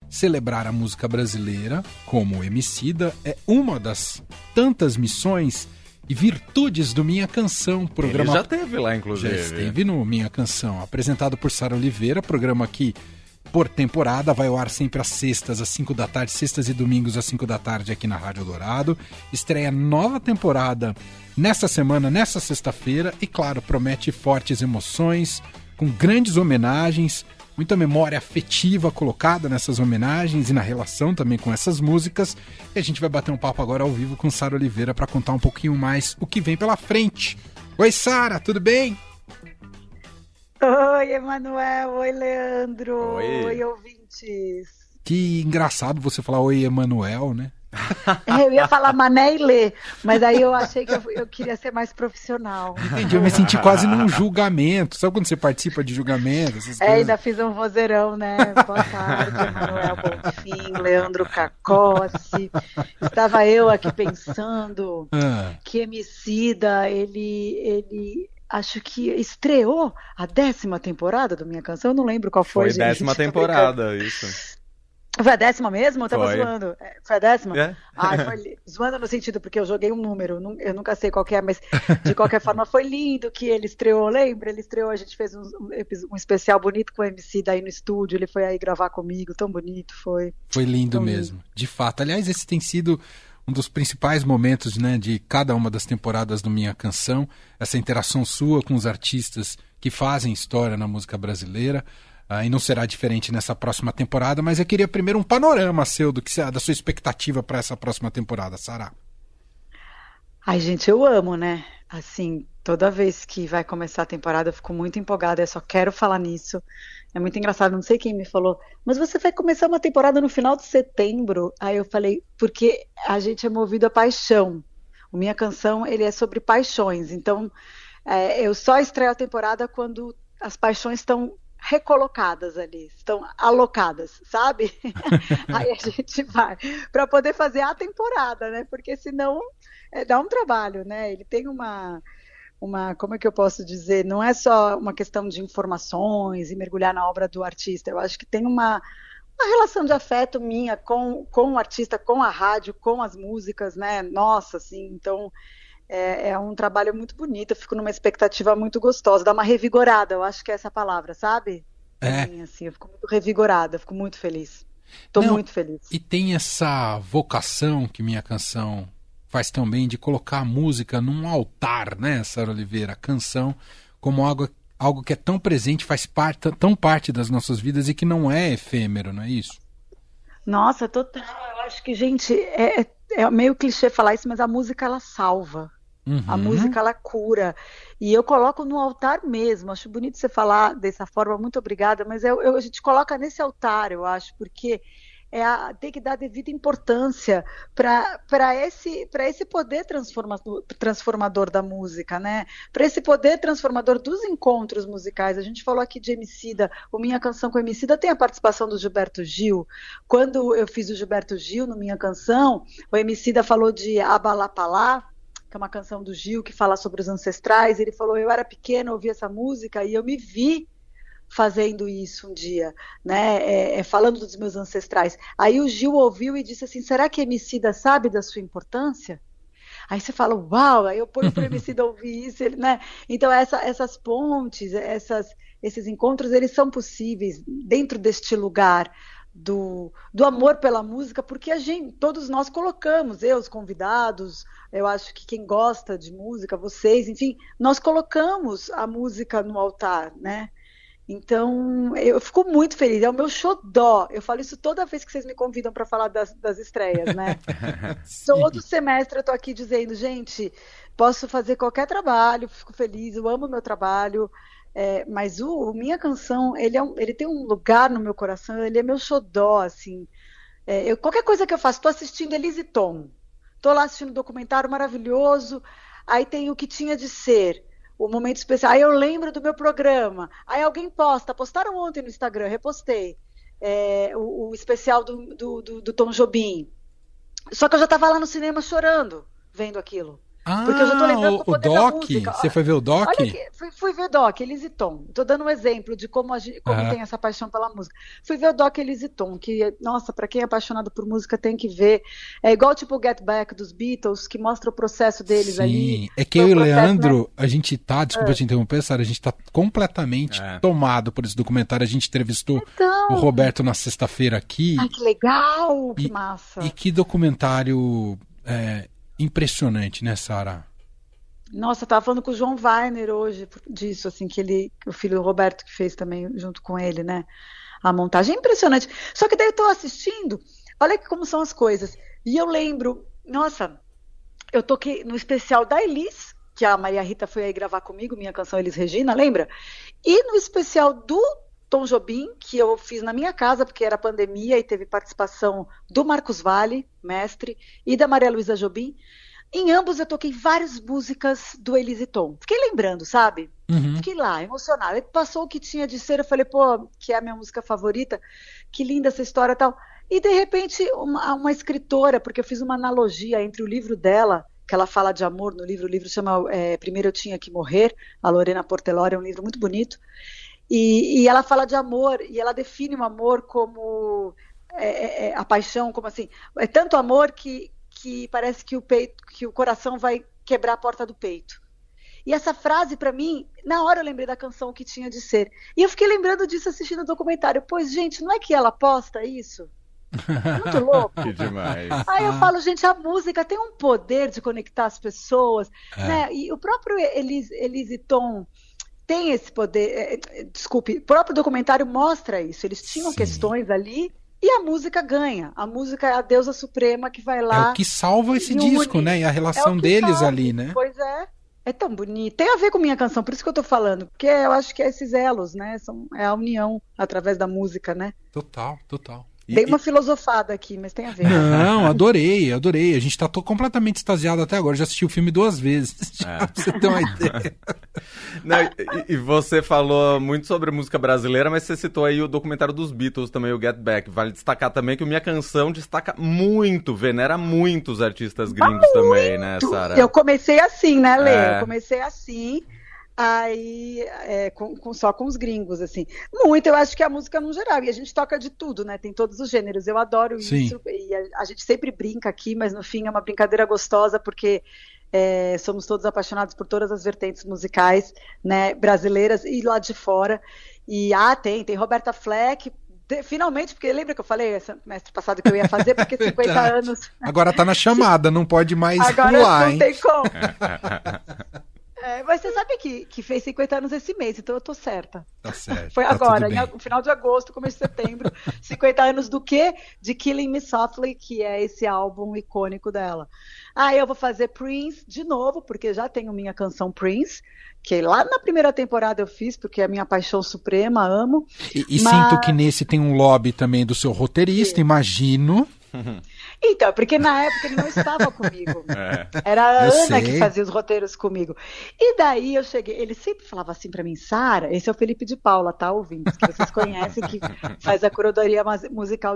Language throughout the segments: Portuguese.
celebrar a música brasileira, como o Emicida, é uma das tantas missões e virtudes do Minha Canção, programa... Ele já esteve lá, inclusive. Já esteve no Minha Canção, apresentado por Sara Oliveira, programa que, por temporada, vai ao ar sempre às sextas, às 5 da tarde, sextas e domingos às 5 da tarde aqui na Rádio Dourado. Estreia nova temporada nesta semana, nesta sexta-feira, e claro, promete fortes emoções, com grandes homenagens, muita memória afetiva colocada nessas homenagens e na relação também com essas músicas. E a gente vai bater um papo agora ao vivo com Sara Oliveira para contar um pouquinho mais o que vem pela frente. Oi, Sara, tudo bem? Oi, Emanuel. Oi, Leandro. Oi, ouvintes. Que engraçado você falar oi, Emanuel, né? Eu ia falar Mané e Lê, mas aí eu achei que eu queria ser mais profissional. Entendi, eu me senti quase num julgamento. Sabe quando você participa de julgamento? Ainda fiz um vozeirão, né? Boa tarde, Emanuel Bonfim, Leandro Cacossi. Estava eu aqui pensando que Emicida, ele acho que estreou a 10ª temporada do Minha Canção. Eu não lembro qual foi, gente. Foi 10ª temporada, isso. Foi a 10ª mesmo? Eu tava Foi. zoando. Foi a 10ª? É. Foi zoando no sentido, porque eu joguei um número, eu nunca sei qual que é, mas de qualquer forma foi lindo que ele estreou, lembra? Ele estreou, a gente fez um especial bonito com o MC daí no estúdio, ele foi aí gravar comigo, tão bonito foi. Foi lindo mesmo, de fato. Aliás, esse tem sido um dos principais momentos, né, de cada uma das temporadas do Minha Canção, essa interação sua com os artistas que fazem história na música brasileira. E não será diferente nessa próxima temporada, mas eu queria primeiro um panorama seu da sua expectativa para essa próxima temporada, Sara. Ai, gente, eu amo, né? Assim, toda vez que vai começar a temporada eu fico muito empolgada, eu só quero falar nisso. É muito engraçado, não sei quem me falou, mas você vai começar uma temporada no final de setembro? Aí eu falei, porque a gente é movido a paixão. O Minha Canção, ele é sobre paixões, então eu só estreio a temporada quando as paixões estão recolocadas ali, estão alocadas, sabe? Aí a gente vai para poder fazer a temporada, né? Porque senão dá um trabalho, né? Ele tem uma, como é que eu posso dizer? Não é só uma questão de informações e mergulhar na obra do artista. Eu acho que tem uma relação de afeto minha com o artista, com a rádio, com as músicas, né? Nossa, assim, então é um trabalho muito bonito, eu fico numa expectativa muito gostosa, dá uma revigorada, eu acho que é essa palavra, sabe? Mim, assim, eu fico muito revigorada, eu fico muito feliz. Estou muito feliz. E tem essa vocação que Minha Canção faz tão bem de colocar a música num altar, né, Sara Oliveira? A canção como algo que é tão presente, faz tão parte das nossas vidas e que não é efêmero, não é isso? Nossa, total. Eu acho que, gente, é meio clichê falar isso, mas a música, ela salva. A música, ela cura. E eu coloco no altar mesmo. Acho bonito você falar dessa forma, muito obrigada, mas a gente coloca nesse altar, eu acho, porque tem que dar devida importância para esse poder transformador da música, né? Para esse poder transformador dos encontros musicais. A gente falou aqui de Emicida, o Minha Canção com Emicida tem a participação do Gilberto Gil. Quando eu fiz o Gilberto Gil no Minha Canção, o Emicida falou de Abalapalá, que é uma canção do Gil que fala sobre os ancestrais. Ele falou, eu era pequena, ouvi essa música e eu me vi fazendo isso um dia, né? Falando dos meus ancestrais. Aí o Gil ouviu e disse assim, será que Emicida sabe da sua importância? Aí você fala, uau, aí eu ponho para o Emicida ouvir isso, né? Então essas pontes, esses encontros, eles são possíveis dentro deste lugar do amor pela música, porque todos nós colocamos, os convidados, eu acho que quem gosta de música, vocês, enfim, nós colocamos a música no altar, né? Então, eu fico muito feliz, é o meu xodó. Eu falo isso toda vez que vocês me convidam para falar das estreias, né? Todo semestre eu tô aqui dizendo, gente, posso fazer qualquer trabalho, fico feliz, eu amo o meu trabalho, mas o Minha Canção, ele tem um lugar no meu coração, ele é meu xodó, assim. Qualquer coisa que eu faço, estou assistindo Elise Tom, estou lá assistindo um documentário maravilhoso, aí tem O Que Tinha de Ser, o momento especial, aí eu lembro do meu programa, aí alguém postaram ontem no Instagram, repostei, o especial do Tom Jobim, só que eu já estava lá no cinema chorando, vendo aquilo. Porque eu já tô lembrando do poder da Doc? música. Você foi ver o Doc? Olha aqui, fui ver o Doc, Elis e Tom. Tô dando um exemplo de como tem essa paixão pela música. Fui ver o Doc Elis e Tom, que, nossa, pra quem é apaixonado por música tem que ver. É igual tipo o Get Back dos Beatles, que mostra o processo deles ali. Sim, é que eu e o Leandro, a gente tá, desculpa te interromper, Sara, a gente tá completamente tomado por esse documentário. A gente entrevistou o Roberto na sexta-feira aqui. Ai, que legal, que massa. E que documentário impressionante, né, Sara? Nossa, eu tava falando com o João Weiner hoje disso, assim, o filho do Roberto que fez também junto com ele, né? A montagem é impressionante. Só que daí eu tô assistindo, olha como são as coisas. E eu lembro, nossa, eu toquei no especial da Elis, que a Maria Rita foi aí gravar comigo, minha canção Elis Regina, lembra? E no especial do Tom Jobim, que eu fiz na minha casa, porque era pandemia e teve participação do Marcos Valle, mestre, e da Maria Luísa Jobim. Em ambos eu toquei várias músicas do Elis e Tom. Fiquei lembrando, sabe? Fiquei lá, emocionada. Ele passou o que tinha de ser, eu falei, pô, que é a minha música favorita, que linda essa história e tal. E de repente, uma escritora, porque eu fiz uma analogia entre o livro dela, que ela fala de amor no livro, o livro chama Primeiro Eu Tinha Que Morrer, a Lorena Portelori, é um livro muito bonito. E ela fala de amor, e ela define o amor como a paixão, como assim, é tanto amor que parece que o coração vai quebrar a porta do peito. E essa frase, para mim, na hora eu lembrei da canção Que Tinha de Ser. E eu fiquei lembrando disso assistindo o documentário. Pois, gente, não é que ela posta isso? Muito louco. Que demais. Aí eu falo, gente, a música tem um poder de conectar as pessoas, né? E o próprio Elis e Tom tem esse poder. O próprio documentário mostra isso. Eles tinham questões ali. E a música ganha. A música é a deusa suprema que vai lá. É o que salva esse disco, né? E a relação deles ali, né? Pois é. É tão bonito. Tem a ver com minha canção, por isso que eu tô falando. Porque eu acho que é esses elos, né? É a união através da música, né? Total. Dei uma filosofada aqui, mas tem a ver. Não, adorei. A gente tá completamente extasiado até agora. Já assisti o filme 2 vezes. Pra você ter uma ideia. Não, e você falou muito sobre música brasileira, mas você citou aí o documentário dos Beatles também, o Get Back. Vale destacar também que o Minha Canção destaca muito, venera muito os artistas gringos também, né, Sara? Eu comecei assim, né, Lê? Eu comecei assim... Aí, só com os gringos, assim. Muito, eu acho que a música no geral. E a gente toca de tudo, né? Tem todos os gêneros. Eu adoro isso. E a gente sempre brinca aqui, mas no fim é uma brincadeira gostosa, porque somos todos apaixonados por todas as vertentes musicais, né? Brasileiras e lá de fora. E tem Roberta Fleck. Finalmente, porque lembra que eu falei semestre passado que eu ia fazer, porque 50 anos... Agora tá na chamada, não pode mais agora pular, não hein? tem como. Mas você sabe que fez 50 anos esse mês, então eu tô certa. Tá certo. Foi tá agora, no final de agosto, começo de setembro. 50 anos do quê? De Killing Me Softly, que é esse álbum icônico dela. Eu vou fazer Prince de novo, porque já tenho minha canção Prince, que lá na primeira temporada eu fiz, porque é a minha paixão suprema, amo. E sinto que nesse tem um lobby também do seu roteirista, imagino. Então, porque na época ele não estava comigo. Era a Ana que fazia os roteiros comigo. E daí eu cheguei, ele sempre falava assim pra mim, Sara, esse é o Felipe de Paula, tá, ouvintes? Que vocês conhecem, que faz a curadoria musical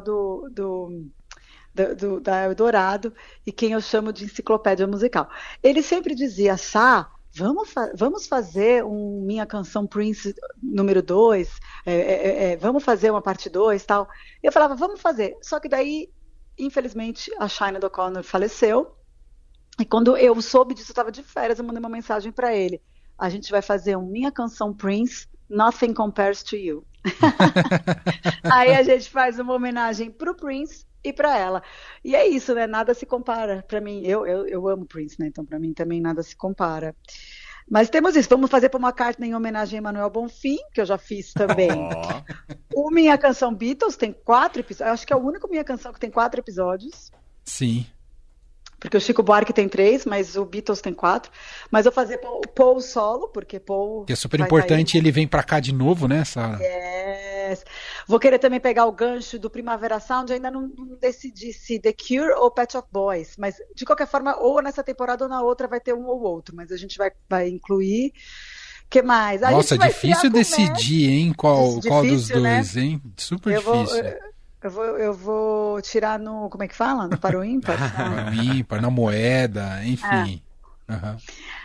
da Eldorado, e quem eu chamo de enciclopédia musical. Ele sempre dizia, Sá, vamos fazer Minha Canção Prince número 2, vamos fazer uma parte 2 tal. Eu falava, vamos fazer. Só que daí, infelizmente, a Sinéad O'Connor faleceu. E quando eu soube disso, eu estava de férias, eu mandei uma mensagem para ele. A gente vai fazer Minha Canção Prince, Nothing Compares to You. Aí a gente faz uma homenagem pro Prince e para ela. E é isso, né? Nada se compara para mim. Eu amo Prince, né? Então para mim também nada se compara. Mas temos isso. Vamos fazer para uma carta em homenagem a Emanuel Bonfim, que eu já fiz também. O Minha Canção Beatles tem 4 episódios. Acho que é o único Minha Canção que tem 4 episódios. Sim. Porque o Chico Buarque tem 3, mas o Beatles tem 4. Mas eu vou fazer o Paul solo, porque Paul... Que é super importante, ele vem pra cá de novo, né, Sara? Yes. Vou querer também pegar o gancho do Primavera Sound, ainda não decidi se The Cure ou Pet Shop Boys. Mas, de qualquer forma, ou nessa temporada ou na outra vai ter um ou outro. Mas a gente vai incluir... O que mais? Nossa, difícil decidir, hein? Qual dos dois, né? Hein? Super difícil. Eu vou tirar no... Como é que fala? No par ou ímpar? No ímpar, na moeda, enfim. Uhum.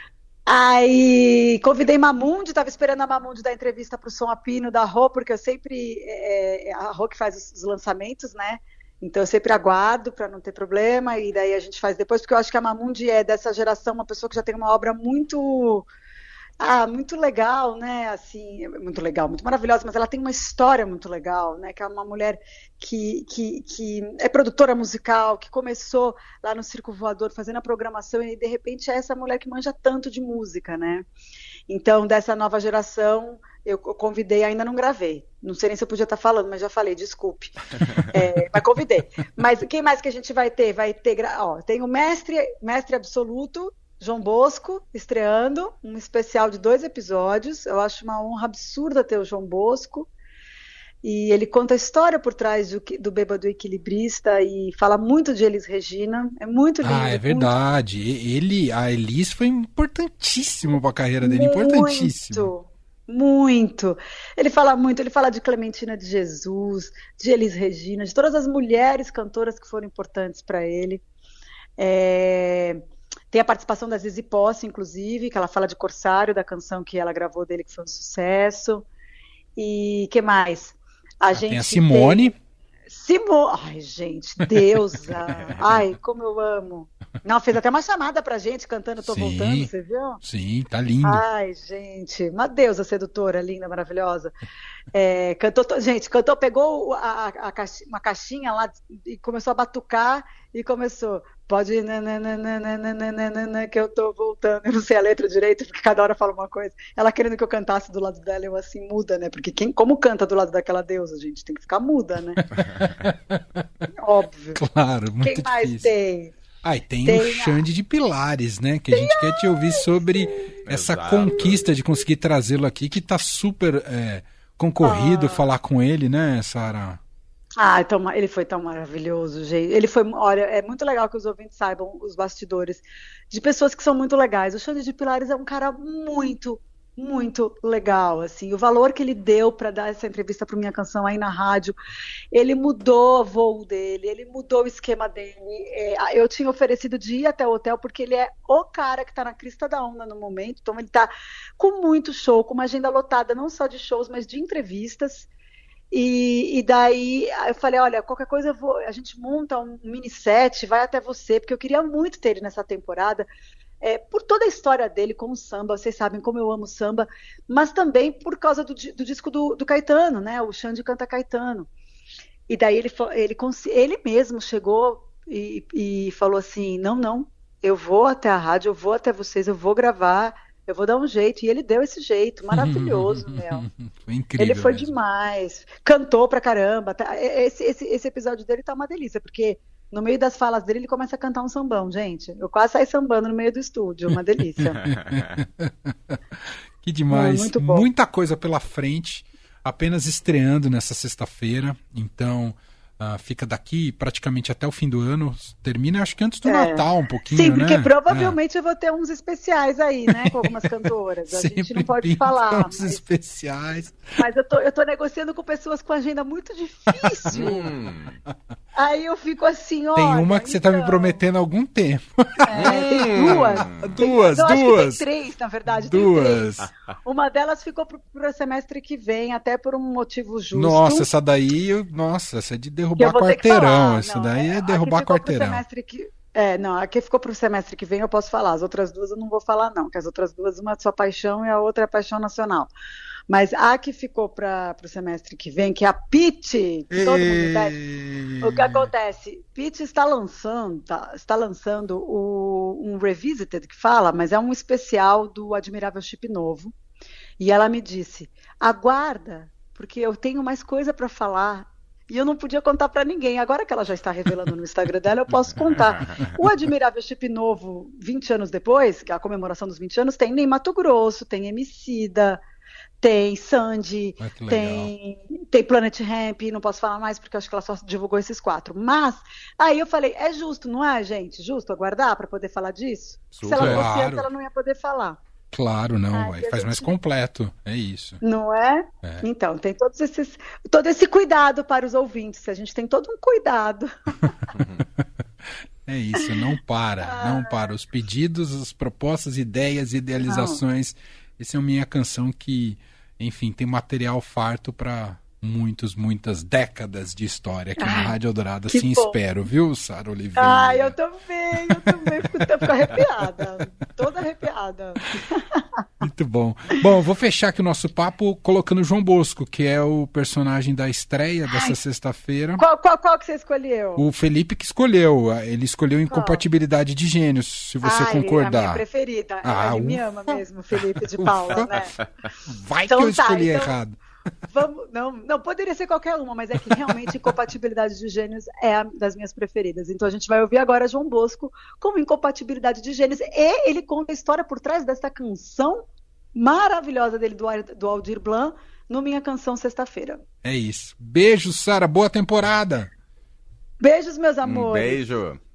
Aí convidei Mamundi, estava esperando a Mamundi dar entrevista para o Som Apino da Rô, porque eu sempre, a Rô que faz os lançamentos, né? Então eu sempre aguardo para não ter problema, e daí a gente faz depois, porque eu acho que a Mamundi é dessa geração, uma pessoa que já tem uma obra muito legal, né? Assim, muito legal, muito maravilhosa, mas ela tem uma história muito legal, né? Que é uma mulher que é produtora musical, que começou lá no Circo Voador fazendo a programação e de repente é essa mulher que manja tanto de música, né? Então, dessa nova geração, eu convidei, ainda não gravei. Não sei nem se eu podia estar falando, mas já falei, desculpe. Mas convidei. Mas quem mais que a gente vai ter? Tem o Mestre Absoluto, João Bosco, estreando um especial de 2 episódios. Eu acho uma honra absurda ter o João Bosco. E ele conta a história por trás do Bêbado Equilibrista e fala muito de Elis Regina. É muito lindo. É verdade. A Elis foi importantíssimo para a carreira dele, importantíssimo. Muito. Ele fala de Clementina de Jesus, de Elis Regina, de todas as mulheres cantoras que foram importantes para ele. Tem a participação da Zizi Posse, inclusive, que ela fala de Corsário, da canção que ela gravou dele, que foi um sucesso. E que mais? Tem a Simone. Ai, gente, deusa. Ai, como eu amo. Não, fez até uma chamada pra gente cantando Tô Voltando, você viu? Sim, tá lindo. Ai, gente, uma deusa sedutora, linda, maravilhosa. Cantou, pegou uma caixinha lá e começou a batucar e começou. Pode ir, que eu tô voltando. Eu não sei a letra direito, porque cada hora fala uma coisa. Ela querendo que eu cantasse do lado dela, eu assim, muda, né? Porque como canta do lado daquela deusa, gente? Tem que ficar muda, né? Óbvio. Claro, muito difícil. Quem mais tem? Tem o Xande de Pilares, né? Que a gente quer te ouvir sobre essa conquista de conseguir trazê-lo aqui, que tá super concorrido falar com ele, né, Sara? Então, ele foi tão maravilhoso, gente. Olha, é muito legal que os ouvintes saibam os bastidores de pessoas que são muito legais. O Xande de Pilares é um cara muito, muito legal, assim. O valor que ele deu para dar essa entrevista para Minha Canção aí na rádio, ele mudou o voo dele, ele mudou o esquema dele. Eu tinha oferecido de ir até o hotel, porque ele é o cara que está na crista da onda no momento. Então, ele está com muito show, com uma agenda lotada, não só de shows, mas de entrevistas. E daí eu falei, olha, qualquer coisa a gente monta um mini set, vai até você, porque eu queria muito ter ele nessa temporada, por toda a história dele com o samba, vocês sabem como eu amo samba, mas também por causa do disco do Caetano, né? O Xande canta Caetano. E daí ele mesmo chegou e falou assim, não, eu vou até a rádio, eu vou até vocês, eu vou gravar, eu vou dar um jeito. E ele deu esse jeito, maravilhoso, meu. Foi incrível. Ele foi mesmo. Demais. Cantou pra caramba. Esse episódio dele tá uma delícia, porque no meio das falas dele ele começa a cantar um sambão, gente. Eu quase saí sambando no meio do estúdio, uma delícia. Que demais. Muito bom. Muita coisa pela frente, apenas estreando nessa sexta-feira. Então, fica daqui praticamente até o fim do ano. Termina, acho que antes do Natal, um pouquinho, sim, porque né? provavelmente eu vou ter uns especiais aí, né? Com algumas cantoras. A gente não pode falar. Uns especiais. Mas eu tô negociando com pessoas com agenda muito difícil. Aí eu fico assim, ó. Tem uma que você tá me prometendo há algum tempo. Tem duas. Duas. Acho que tem 3, na verdade. Duas. Tem 3. Uma delas ficou pro semestre que vem, até por um motivo justo. Nossa, essa daí, essa é de derrubar quarteirão. Essa daí é derrubar quarteirão. A que ficou pro semestre que vem eu posso falar. As outras duas eu não vou falar, não. Que as outras duas, uma é sua paixão e a outra é paixão nacional. Mas a que ficou para o semestre que vem, que é a Pitty, que todo mundo deve. O que acontece? Pitty está lançando um Revisited, que fala, mas é um especial do Admirável Chip Novo. E ela me disse, aguarda, porque eu tenho mais coisa para falar. E eu não podia contar para ninguém. Agora que ela já está revelando no Instagram dela, eu posso contar. O Admirável Chip Novo, 20 anos depois, que é a comemoração dos 20 anos, tem Ney Matogrosso, tem Emicida, tem Sandy, tem Planet Hemp, não posso falar mais porque acho que ela só divulgou esses 4. Mas, aí eu falei, é justo, não é, gente? Justo aguardar para poder falar disso? Se ela fosse antes, ela não ia poder falar. Claro, não, faz mais completo, é isso. Não é? Então, tem todo esse cuidado para os ouvintes, a gente tem todo um cuidado. É isso, não para, não para. Os pedidos, as propostas, ideias, idealizações. Essa é a minha canção que, enfim, tem material farto para muitas décadas de história aqui na Rádio Eldorado. Assim espero, viu, Sara Oliveira? Eu também. Fico arrepiada. Toda arrepiada. Muito bom. Bom, vou fechar aqui o nosso papo colocando o João Bosco, que é o personagem da estreia dessa sexta-feira. Qual que você escolheu? O Felipe que escolheu. Ele escolheu Incompatibilidade de Gênios, se você concordar. Ele é a minha preferida. Ele me ama mesmo, Felipe de Paula, né? Vai então, que eu escolhi errado. Não, poderia ser qualquer uma, mas é que realmente Incompatibilidade de Gênios é das minhas preferidas. Então a gente vai ouvir agora João Bosco com Incompatibilidade de Gênios, e ele conta a história por trás dessa canção maravilhosa dele, do Aldir Blanc, no Minha Canção Sexta-feira. É isso. Beijo, Sara. Boa temporada. Beijos, meus amores. Um beijo.